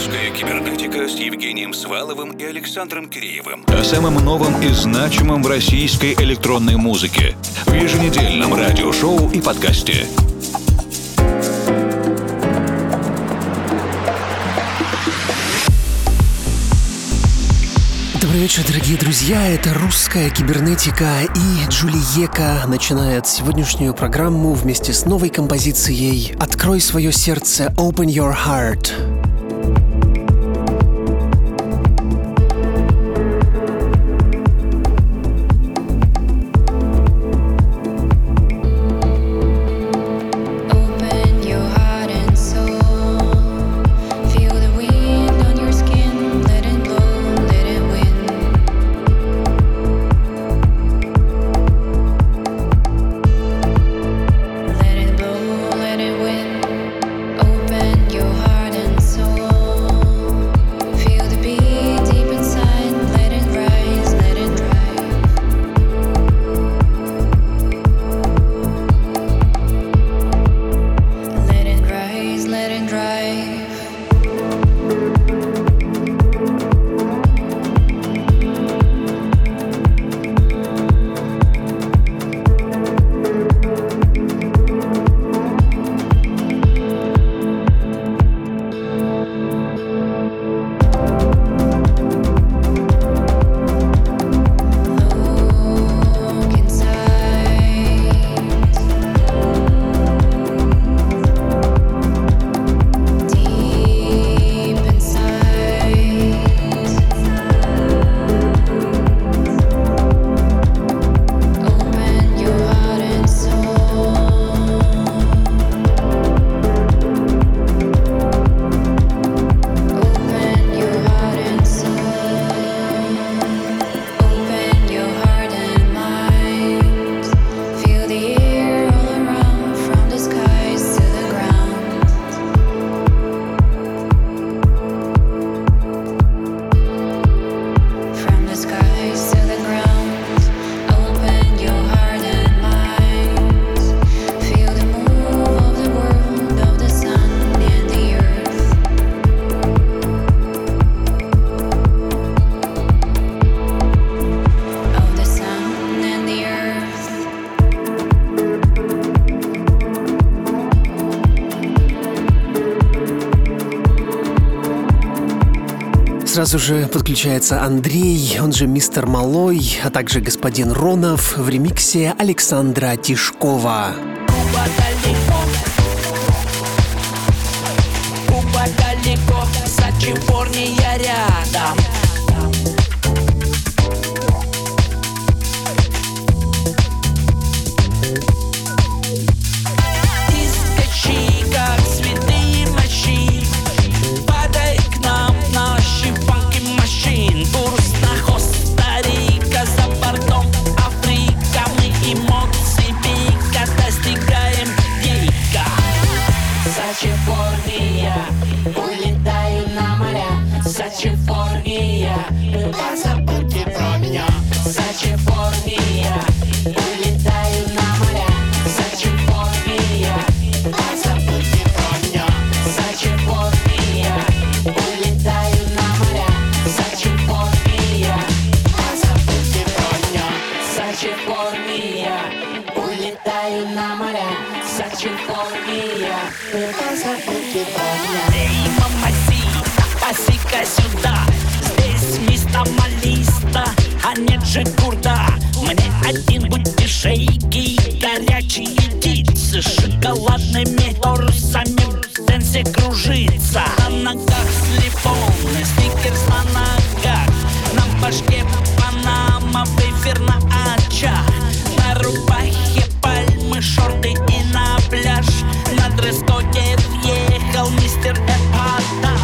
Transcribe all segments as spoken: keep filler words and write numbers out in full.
«Русская кибернетика» с Евгением Сваловым и Александром Киреевым. О самом новом и значимом в российской электронной музыке в еженедельном радиошоу и подкасте. Добрый вечер, дорогие друзья. Это «Русская кибернетика», и Джулиека начинает сегодняшнюю программу вместе с новой композицией «Открой свое сердце», «Open Your Heart». Сразу же подключается Андрей, он же Мистер Малой, а также господин Ронов в ремиксе Александра Тишкова. Куба далеко, Куба далеко, Сачи-Формия рядом. Искачи, как святые мощи, падай к нам наши фанки-машин. Курс на Коста-Рика, за бортом Африка. Мы эмоции пика достигаем пика. Сачи-Формия, улетаю на моря. Сачи-Формия, позабудьте про меня. Сачи-Формия, улетаю на моря. Сачи-Формия, позабудьте про меня. Сачи-Формия, улетаю на моря. Сачи-Формия, позабудьте про меня. Сачи-Формия, улетаю на моря. Сачи-Формия, позабудьте про меня. Эй, мамасита, паси-ка сюда. Здесь место малиста, а нет же курда. Мне один будьте шейки, горячие птицы, шоколадными торсами в дэнсе кружится. На ногах слепоны, стикерс на ногах, на башке панама, вейфер на очах, на рубахе пальмы, шорты и на пляж. На дресс-коде въехал мистер Эпатаж.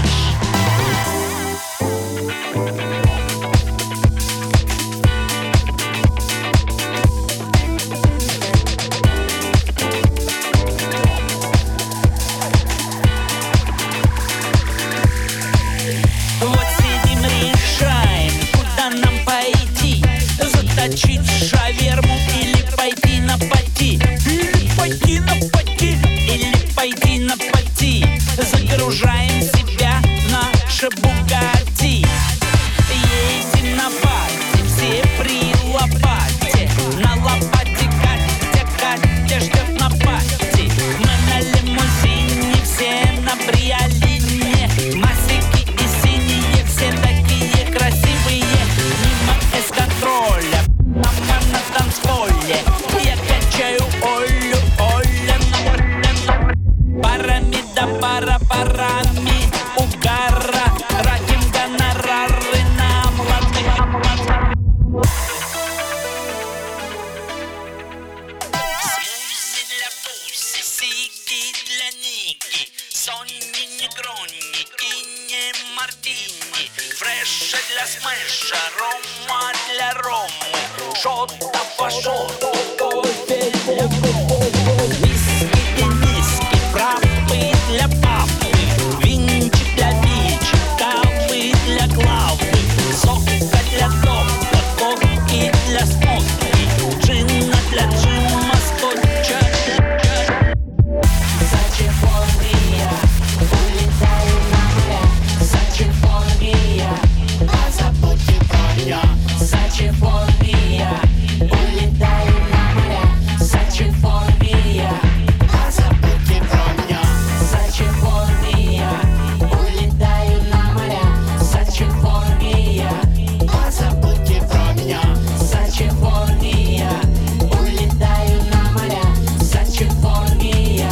Вот сидим, решаем, куда нам пойти. Заточили мартини, фреша для смеша, рома для рому, шота по шоту, кофе для кофе. Виски и виски, фраппы для папы, винчик для вичи, кавы для клавы, сока для тока, коки для смоки, джинна для джима, скотча для... Сачифония, улетаю на моря. Сачифония, позабудьте про меня. Сачифония, улетаю на моря. Сачифония, позабудьте про меня. Сачифония, улетаю на моря. Сачифония, позабудьте про меня. Сачифония, улетаю на моря. Сачифония.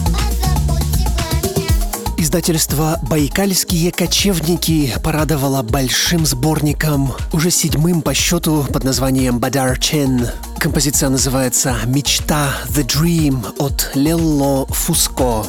Издательство «Байкальские кочевники» порадовало большим сборником, уже седьмым по счету, под названием «Бадар Чен». Композиция называется «Мечта The Dream» от Лелло Фуско.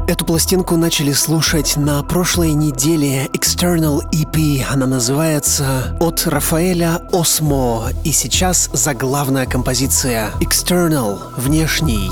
Эту пластинку начали слушать на прошлой неделе. External и пи. Она называется «От Рафаэля Осмо». И сейчас заглавная композиция External — внешний.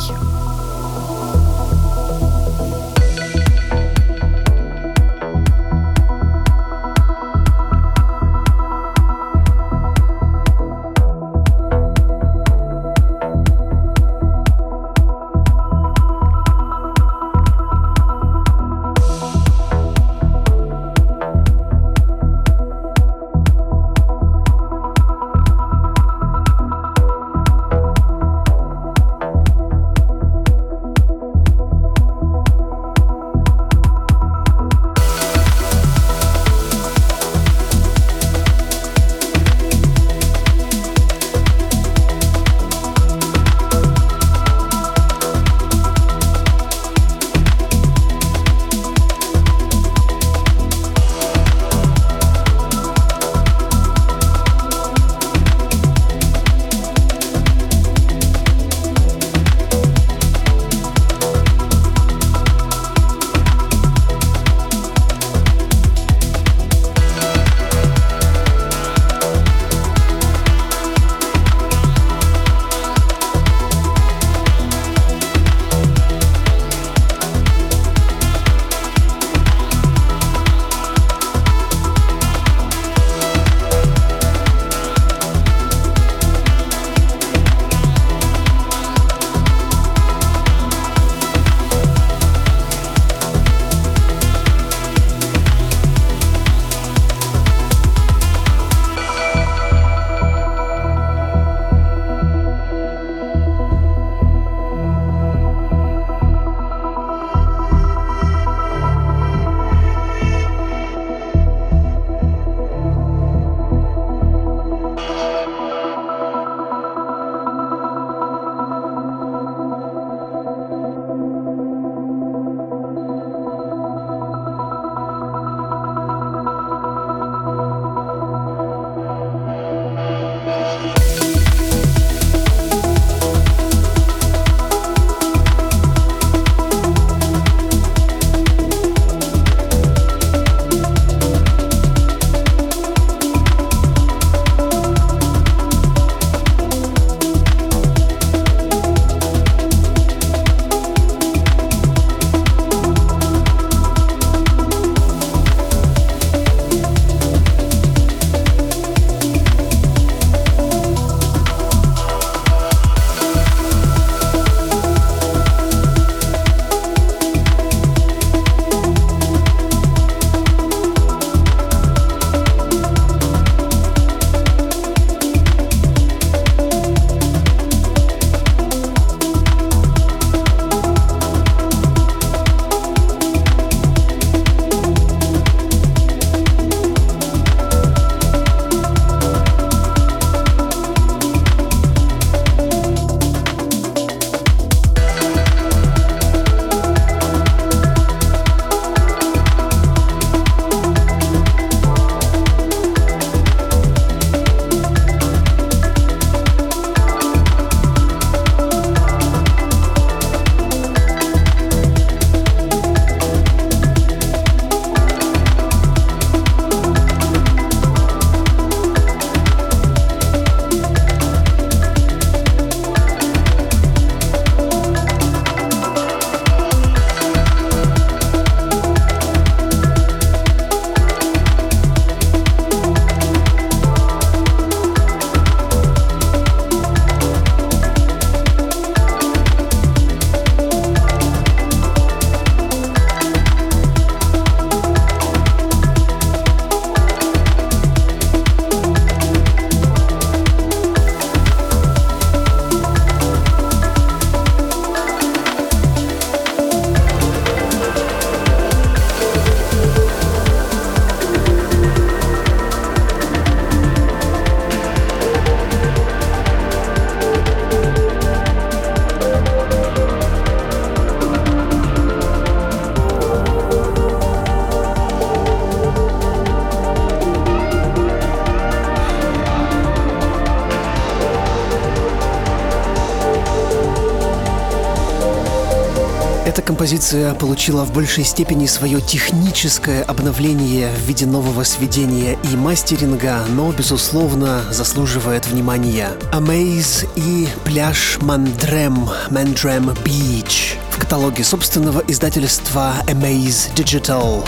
композиция получила в большей степени свое техническое обновление в виде нового сведения и мастеринга, но, безусловно, заслуживает внимания. Amaze и пляж Мандрем, Mandraм Beach в каталоге собственного издательства Amaze Digital.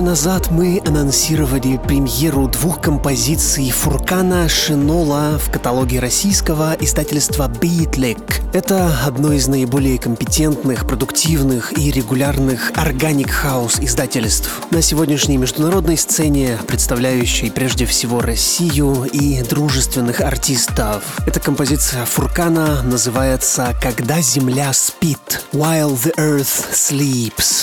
назад мы анонсировали премьеру двух композиций Фуркана Шинола в каталоге российского издательства Beatlik. Это одно из наиболее компетентных, продуктивных и регулярных органик хаус издательств на сегодняшней международной сцене, представляющей прежде всего Россию и дружественных артистов. Эта композиция Фуркана называется «Когда земля спит» — «While the Earth Sleeps».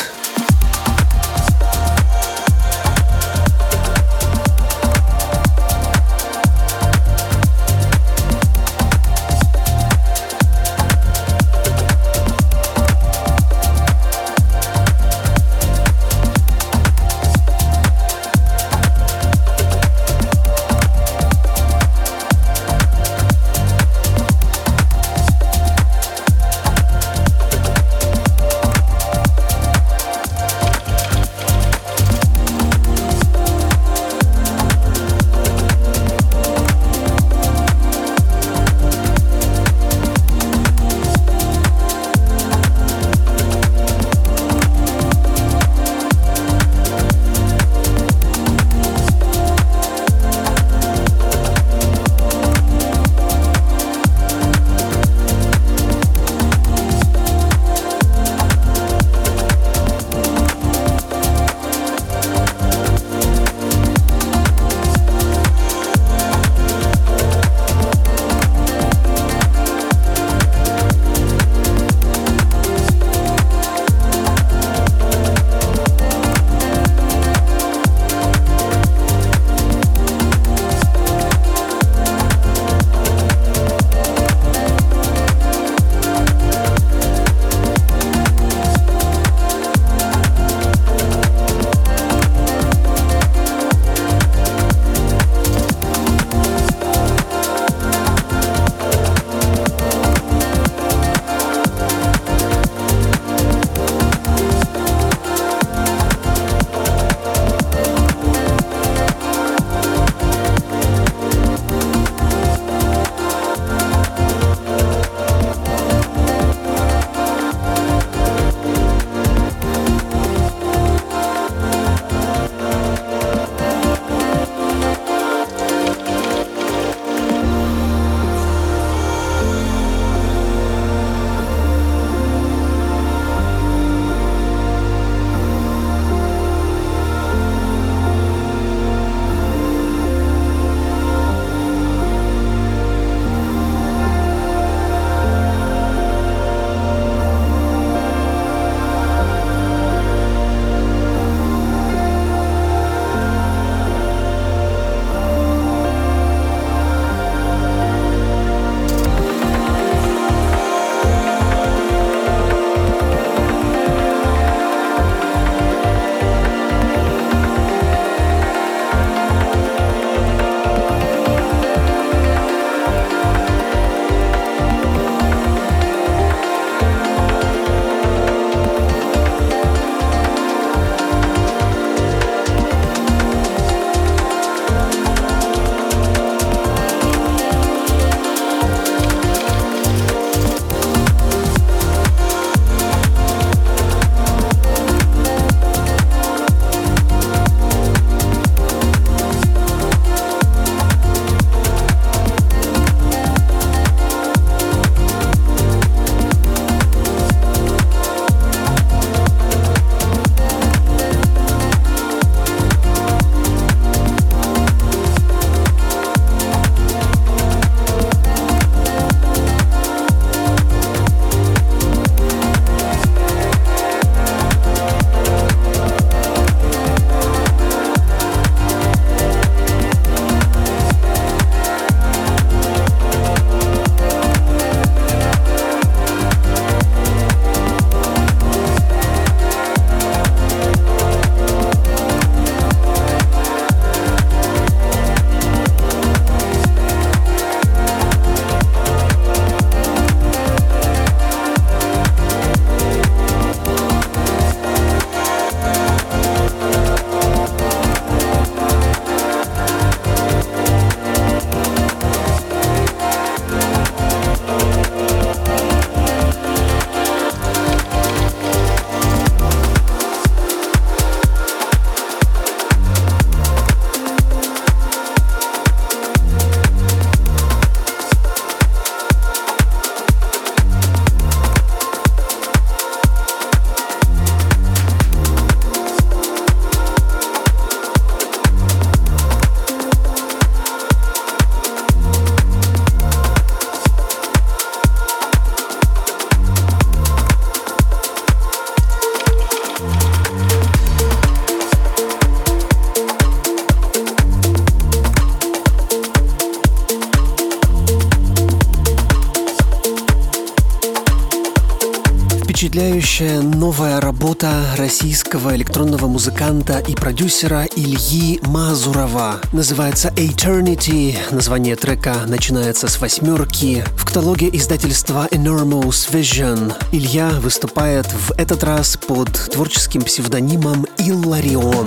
Впечатляющая новая работа российского электронного музыканта и продюсера Ильи Мазурова. Называется Eternity. Название трека начинается с восьмерки. В каталоге издательства Enormous Vision Илья выступает в этот раз под творческим псевдонимом Илларион.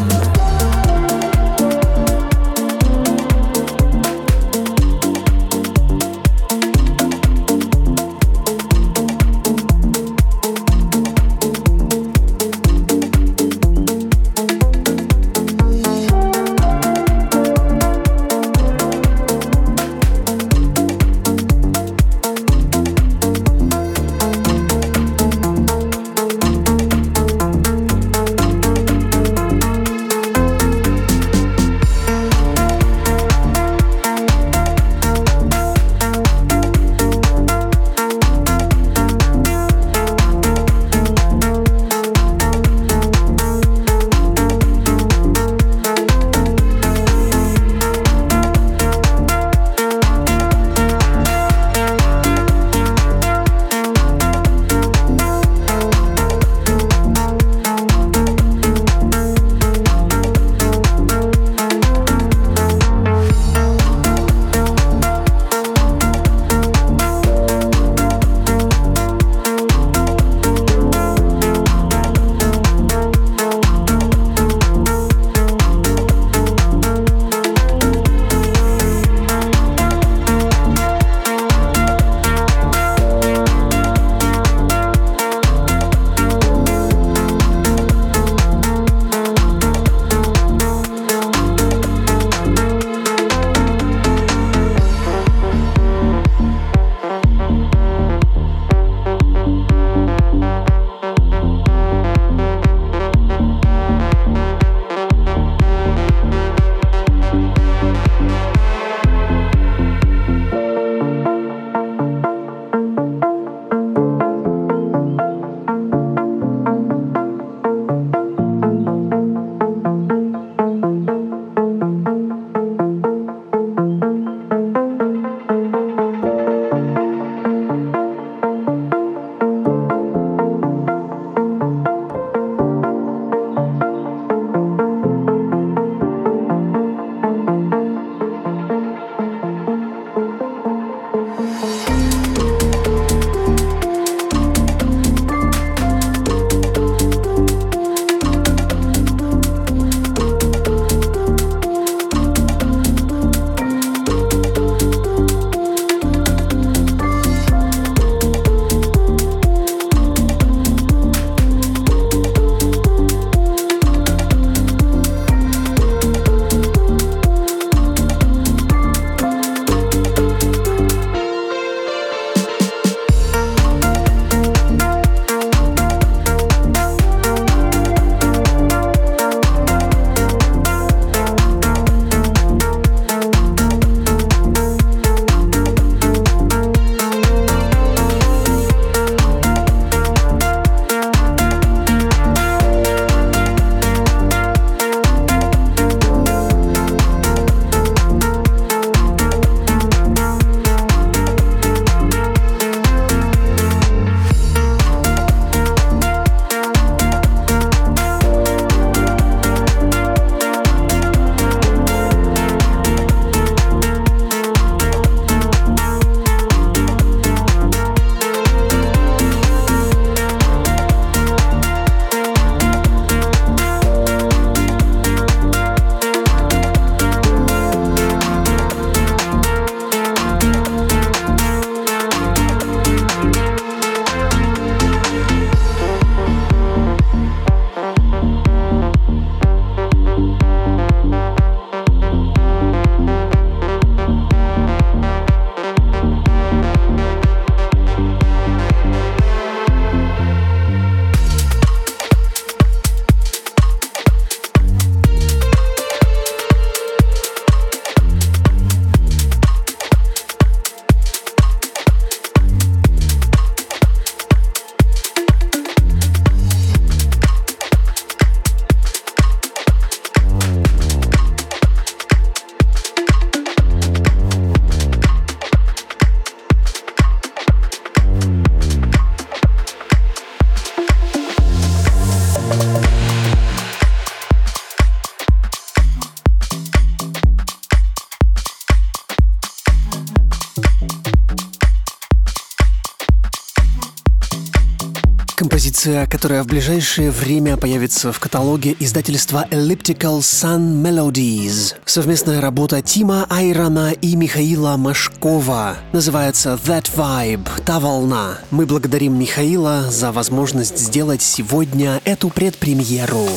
Композиция, которая в ближайшее время появится в каталоге издательства Elliptical Sun Melodies. Совместная работа Тима Айрона и Михаила Машкова. Называется That Vibe, та волна. Мы благодарим Михаила за возможность сделать сегодня эту предпремьеру.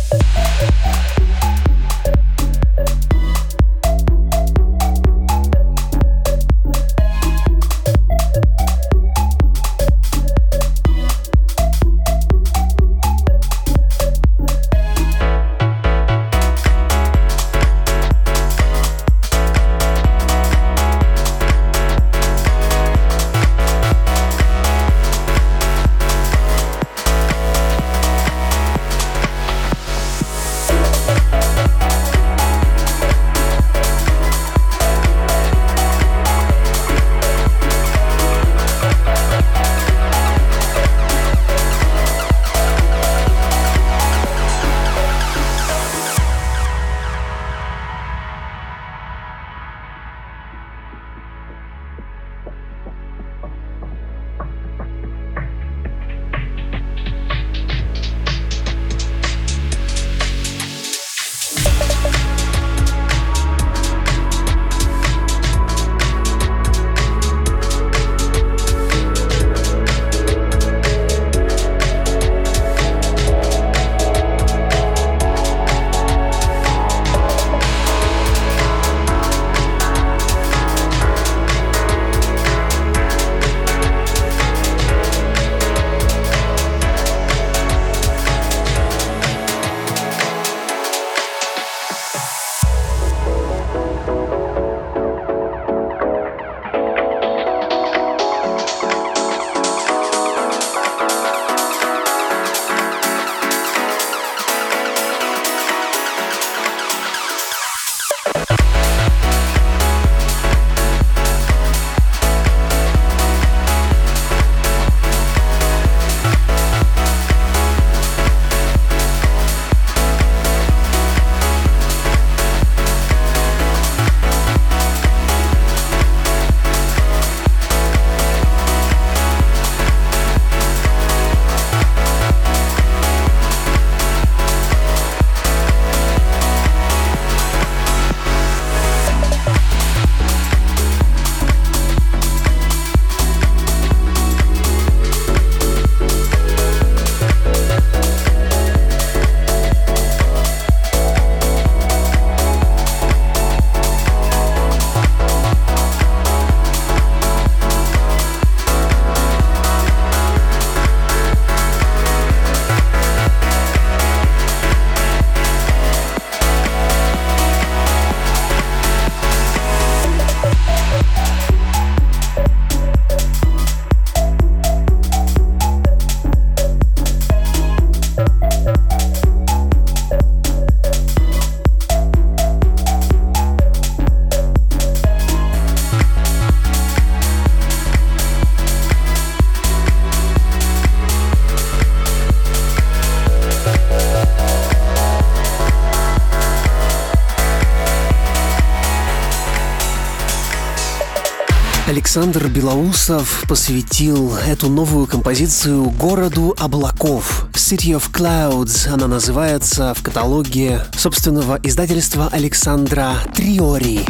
Александр Белоусов посвятил эту новую композицию городу облаков. City of Clouds она называется в каталоге собственного издательства Александра Триори.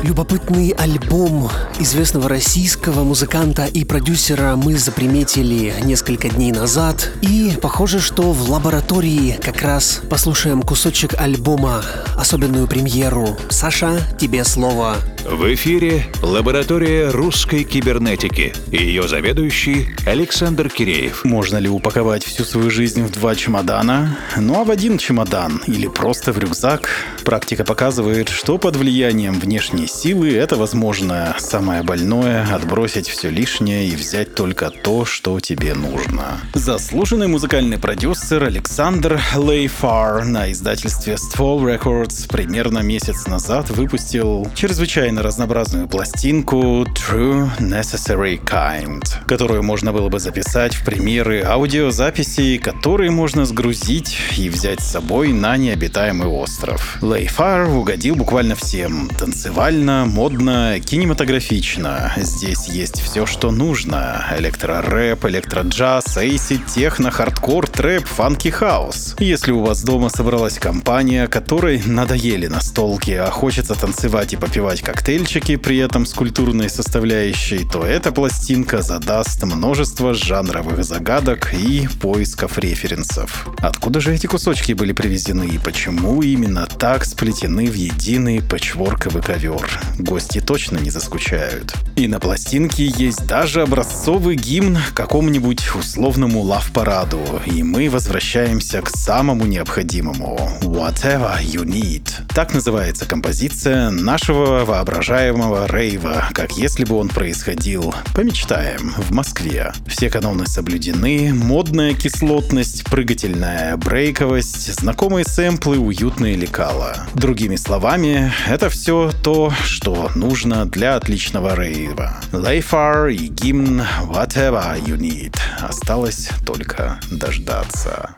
Любопытный альбом известного российского музыканта и продюсера мы заприметили несколько дней назад. И похоже, что в лаборатории как раз послушаем кусочек альбома, особенную премьеру. Саша, тебе слово. В эфире «Лаборатория русской кибернетики» и ее заведующий Александр Киреев. Можно ли упаковать всю свою жизнь в два чемодана? Ну а в один чемодан или просто в рюкзак? Практика показывает, что под влиянием внешней силы это возможно самое больное — отбросить все лишнее и взять только то, что тебе нужно. Заслуженный музыкальный продюсер Александр Лейфар на издательстве Ствол Records примерно месяц назад выпустил чрезвычайно разнообразную пластинку True Necessary Kind, которую можно было бы записать в примеры аудиозаписей, которые можно сгрузить и взять с собой на необитаемый остров. Лейфар угодил буквально всем. Танцевально, модно, кинематографично. Здесь есть все, что нужно. Электрорэп, электроджаз, эйсид, техно, хардкор, трэп, фанки, хаус. Если у вас дома собралась компания, которой надоели настолки, а хочется танцевать и попивать коктейльчики, при этом с культурной составляющей, то эта пластинка задаст множество жанровых загадок и поисков референсов. Откуда же эти кусочки были привезены и почему именно так сплетены в единый пэтчворковый ковер? Гости точно не заскучают. И на пластинке есть даже образцовый гимн какому-нибудь условному лав-параду, и мы возвращаемся к самому необходимому — Whatever You Need. Так называется композиция нашего воображаемого рейва, как если бы он происходил, помечтаем, в Москве. Все каноны соблюдены, модная кислотность, прыгательная брейковость, знакомые сэмплы, уютные лекала. Другими словами, это все то, что нужно для отличного рейва. Лейфар и гимн Whatever You Need. Осталось только дождаться.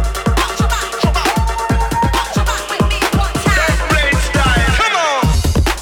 Come on!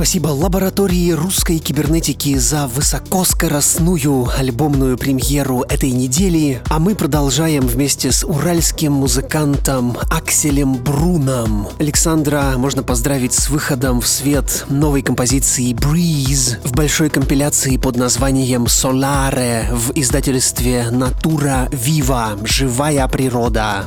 Спасибо лаборатории русской кибернетики за высокоскоростную альбомную премьеру этой недели, а мы продолжаем вместе с уральским музыкантом Акселем Бруном. Александра можно поздравить с выходом в свет новой композиции Breeze в большой компиляции под названием Solare в издательстве Natura Viva – живая природа.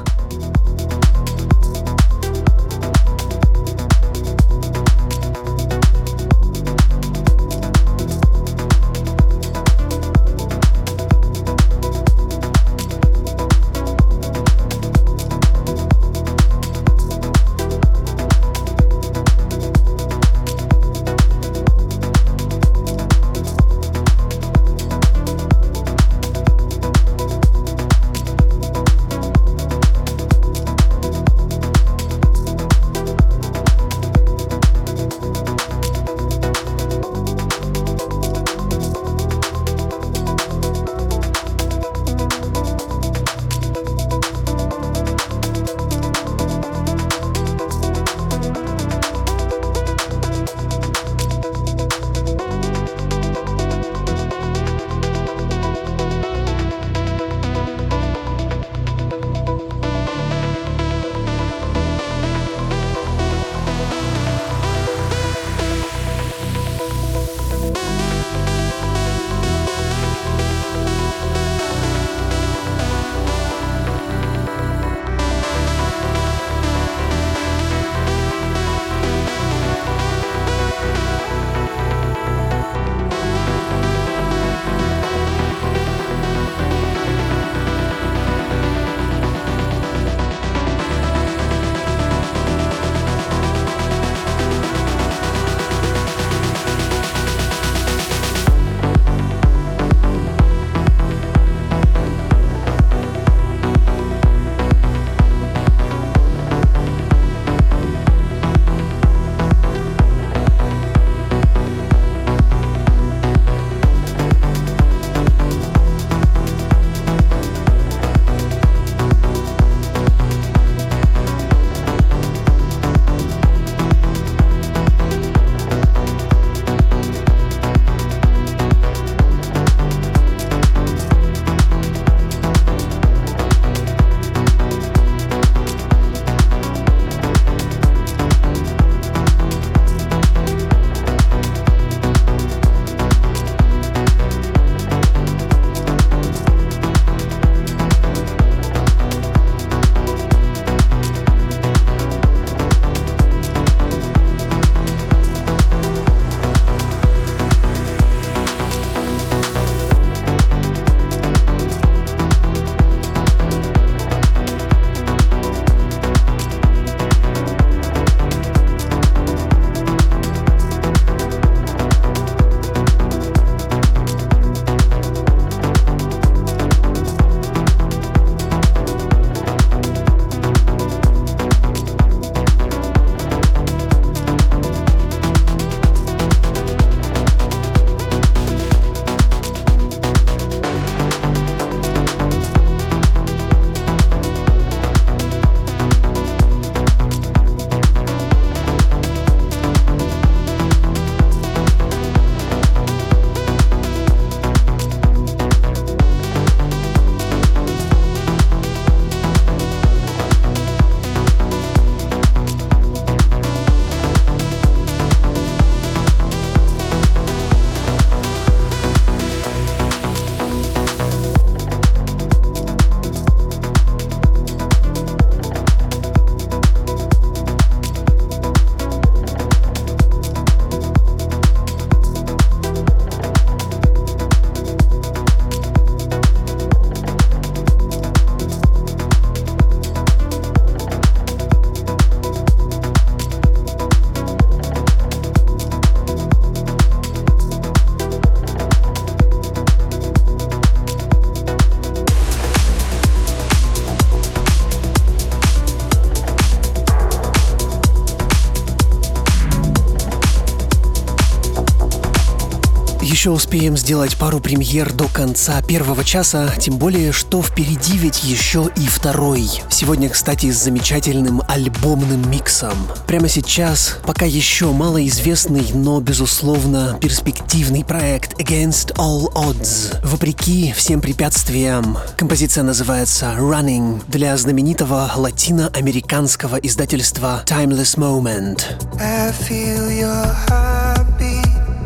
Еще успеем сделать пару премьер до конца первого часа, тем более, что впереди ведь еще и второй. Сегодня, кстати, с замечательным альбомным миксом. Прямо сейчас пока еще малоизвестный, но, безусловно, перспективный проект Against All Odds. Вопреки всем препятствиям. Композиция называется Running для знаменитого латиноамериканского издательства Timeless Moment. I feel your heartbeat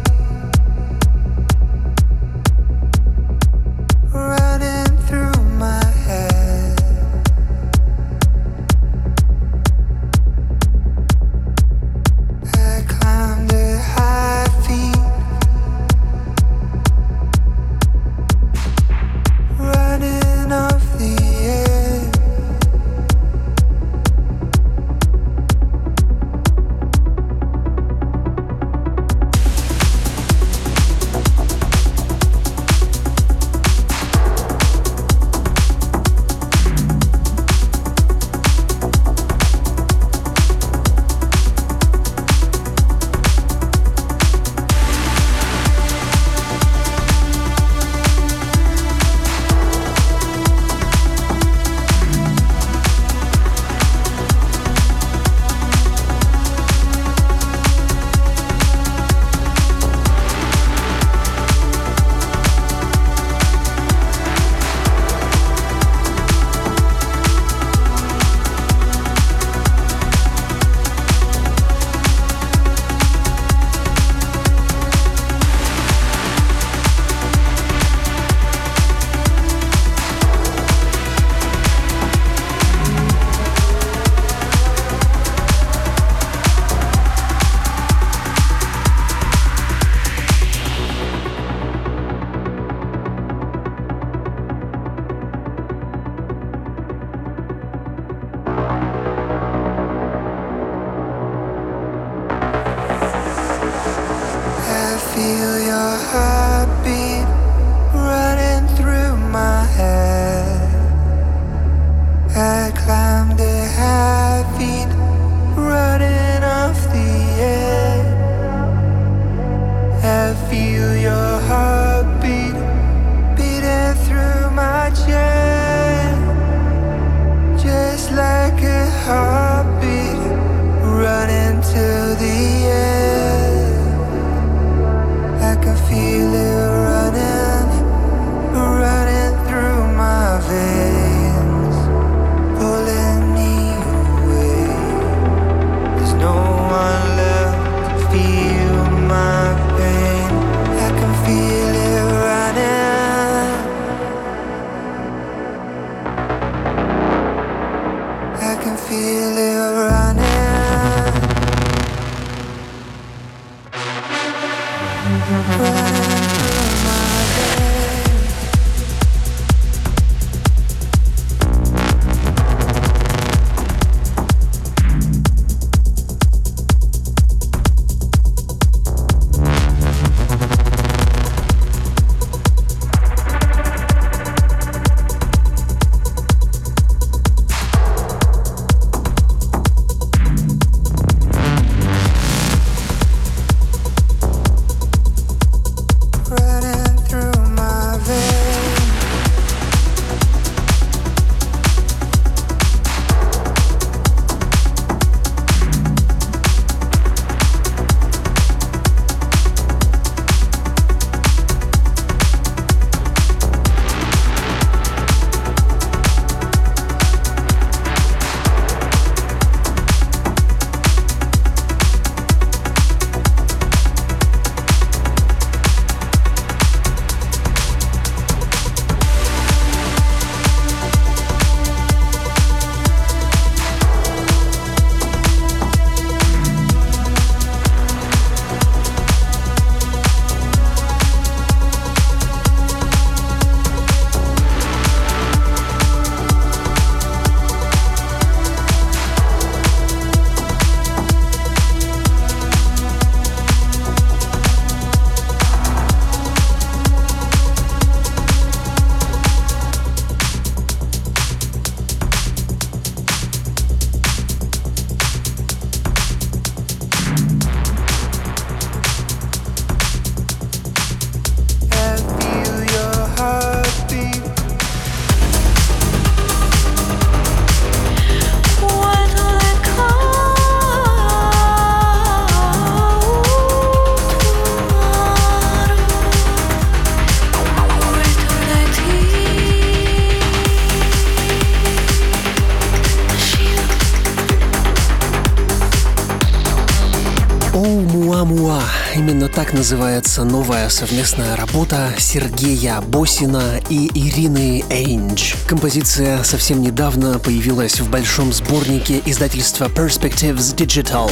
running through my head. I climbed a high feet, running off the edge. Feel your heartbeat running through my head. I climbed the high feet, running off the edge. I feel your heartbeat beating through my chest, just like a heartbeat running to the end. I can feel it running, running through my veins, pulling me away. There's no one left to feel my pain. I can feel it running. I can feel it running. Амуа. Именно так называется новая совместная работа Сергея Босина и Ирины Эйндж. Композиция совсем недавно появилась в большом сборнике издательства Perspectives Digital.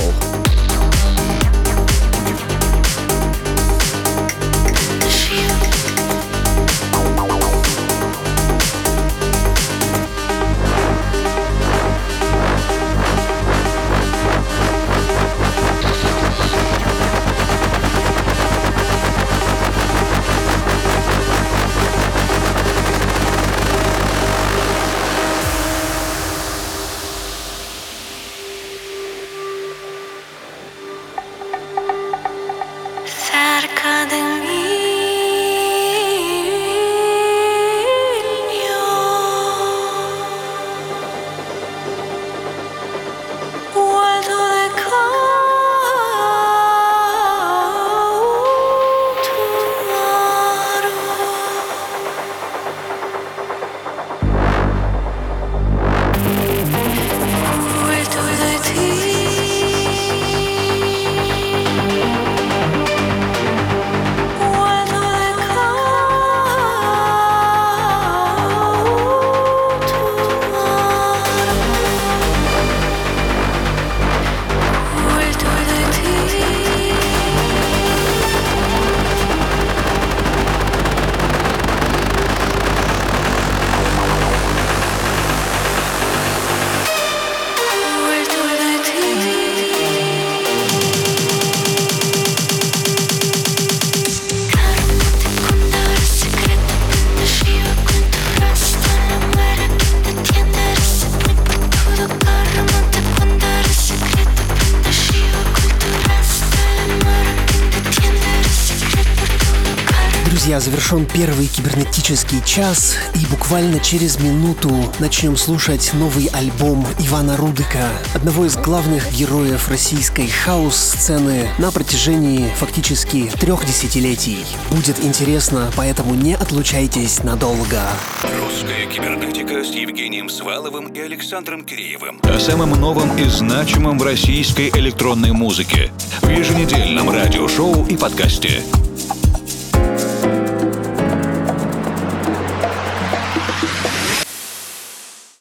Друзья, завершен первый кибернетический час, и буквально через минуту начнем слушать новый альбом Ивана Рудыка, одного из главных героев российской хаус-сцены на протяжении фактически трех десятилетий. Будет интересно, поэтому не отлучайтесь надолго. Русская кибернетика с Евгением Сваловым и Александром Киреевым. О самом новом и значимом в российской электронной музыке в еженедельном радиошоу и подкасте.